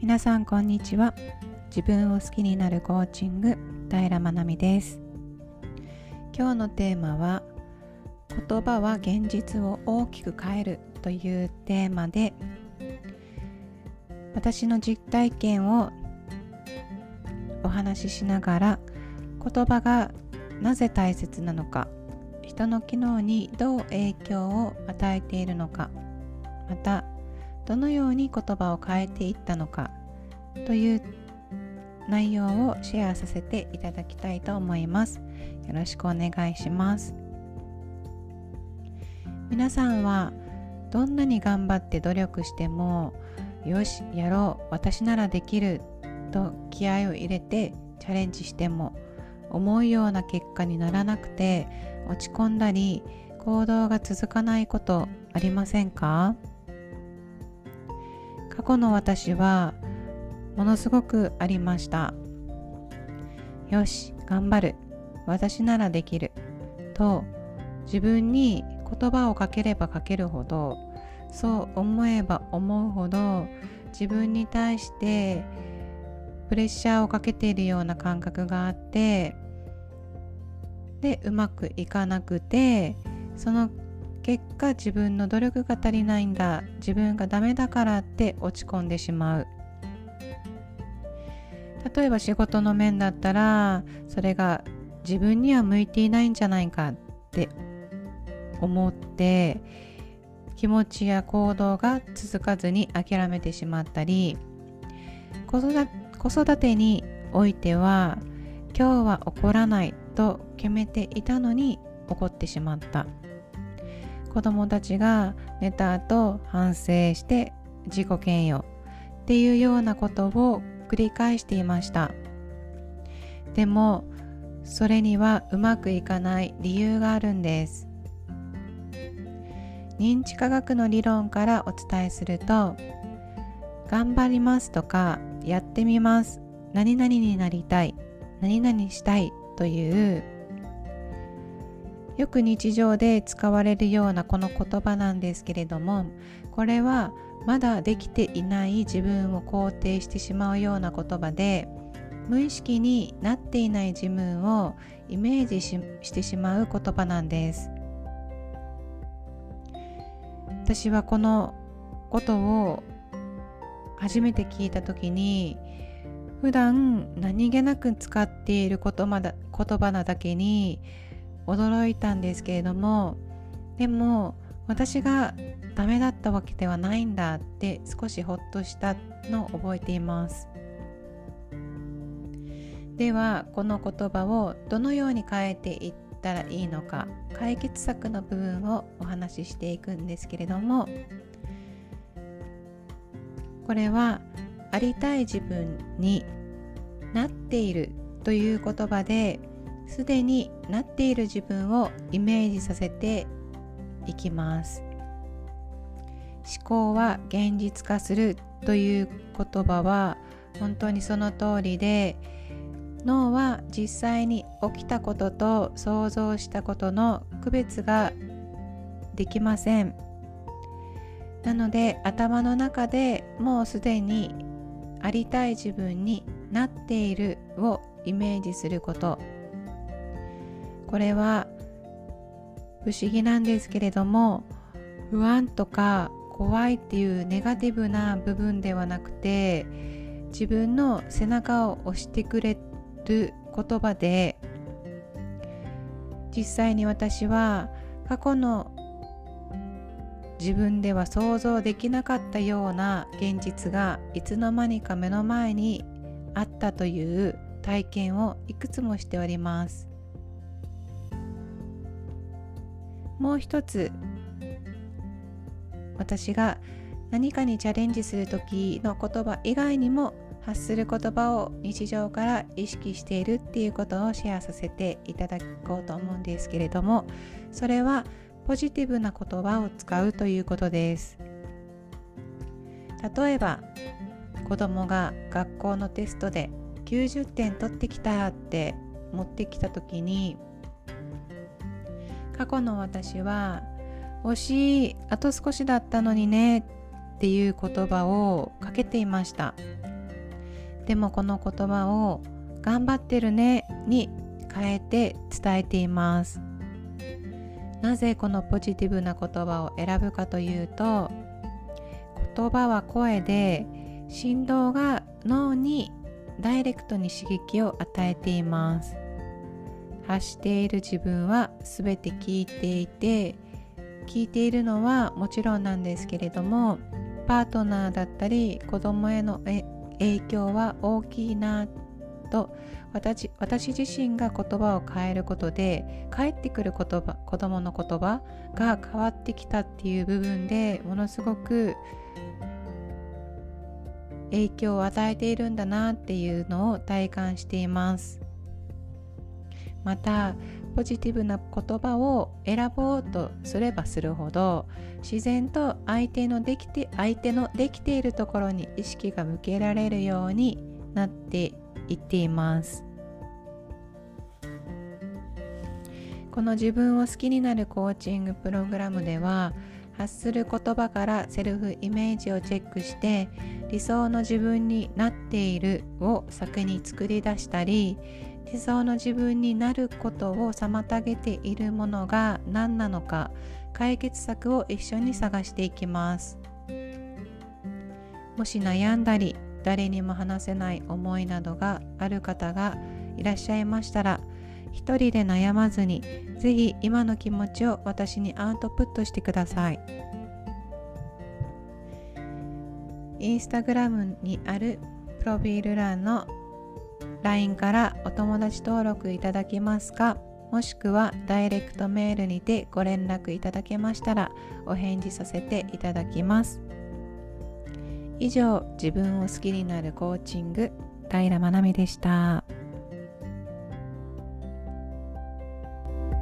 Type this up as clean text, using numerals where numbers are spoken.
皆さんこんにちは。自分を好きになるコーチング平まなみです。今日のテーマは言葉は現実を大きく変えるというテーマで、私の実体験をお話ししながら、言葉がなぜ大切なのか、人の機能にどう影響を与えているのか、またどのように言葉を変えていったのかという内容をシェアさせていただきたいと思います。よろしくお願いします。皆さんはどんなに頑張って努力しても、よしやろう、私ならできると気合を入れてチャレンジしても思うような結果にならなくて落ち込んだり行動が続かないことありませんか？過去の私はものすごくありました。よし頑張る、私ならできると自分に言葉をかければかけるほど、そう思えば思うほど自分に対してプレッシャーをかけているような感覚があって、でうまくいかなくて、その結果自分の努力が足りないんだ、自分がダメだからって落ち込んでしまう。例えば仕事の面だったら、それが自分には向いていないんじゃないかって思って気持ちや行動が続かずに諦めてしまったり、子育てにおいては今日は怒らないと決めていたのに怒ってしまった。子供たちが寝た後反省して自己嫌悪っていうようなことを繰り返していました。でもそれにはうまくいかない理由があるんです。認知科学の理論からお伝えすると、頑張りますとかやってみます、何々になりたい、何々したいというよく日常で使われるようなこの言葉なんですけれども、これはまだできていない自分を肯定してしまうような言葉で、無意識になっていない自分をイメージしてしまう言葉なんです。私はこのことを初めて聞いた時に、普段何気なく使っている言葉なだけに驚いたんですけれども、でも私がダメだったわけではないんだって少しほっとしたのを覚えています。ではこの言葉をどのように変えていったらいいのか、解決策の部分をお話ししていくんですけれども、これはありたい自分になっているという言葉で、すでになっている自分をイメージさせていきます。思考は現実化するという言葉は本当にその通りで、脳は実際に起きたことと想像したことの区別ができません。なので頭の中でもうすでにありたい自分になっているをイメージすること、これは不思議なんですけれども、不安とか怖いっていうネガティブな部分ではなくて、自分の背中を押してくれる言葉で、実際に私は過去の自分では想像できなかったような現実がいつの間にか目の前にあったという体験をいくつもしております。もう一つ、私が何かにチャレンジする時の言葉以外にも発する言葉を日常から意識しているっていうことをシェアさせていただこうと思うんですけれども、それはポジティブな言葉を使うということです。例えば子供が学校のテストで90点取ってきたって持ってきた時に、過去の私は惜しい、あと少しだったのにねっていう言葉をかけていました。 でもこの言葉を頑張ってるねに変えて伝えています。なぜこのポジティブな言葉を選ぶかというと、言葉は声で振動が脳にダイレクトに刺激を与えています。発している自分はすべて聞いていて、聞いているのはもちろんなんですけれども、パートナーだったり子供への影響は大きいなと、私自身が言葉を変えることで返ってくる言葉、子供の言葉が変わってきたっていう部分でものすごく影響を与えているんだなっていうのを体感しています。またポジティブな言葉を選ぼうとすればするほど、自然と相手のできているところに意識が向けられるようになっていっています。この自分を好きになるコーチングプログラムでは、発する言葉からセルフイメージをチェックして、理想の自分になっているを先に作り出したり、理想の自分になることを妨げているものが何なのか、解決策を一緒に探していきます。もし悩んだり誰にも話せない思いなどがある方がいらっしゃいましたら、一人で悩まずにぜひ今の気持ちを私にアウトプットしてください。インスタグラムにあるプロフィール欄の LINE からお友達登録いただけますか、もしくはダイレクトメールにてご連絡いただけましたらお返事させていただきます。以上、自分を好きになるコーチング、平まなみでした。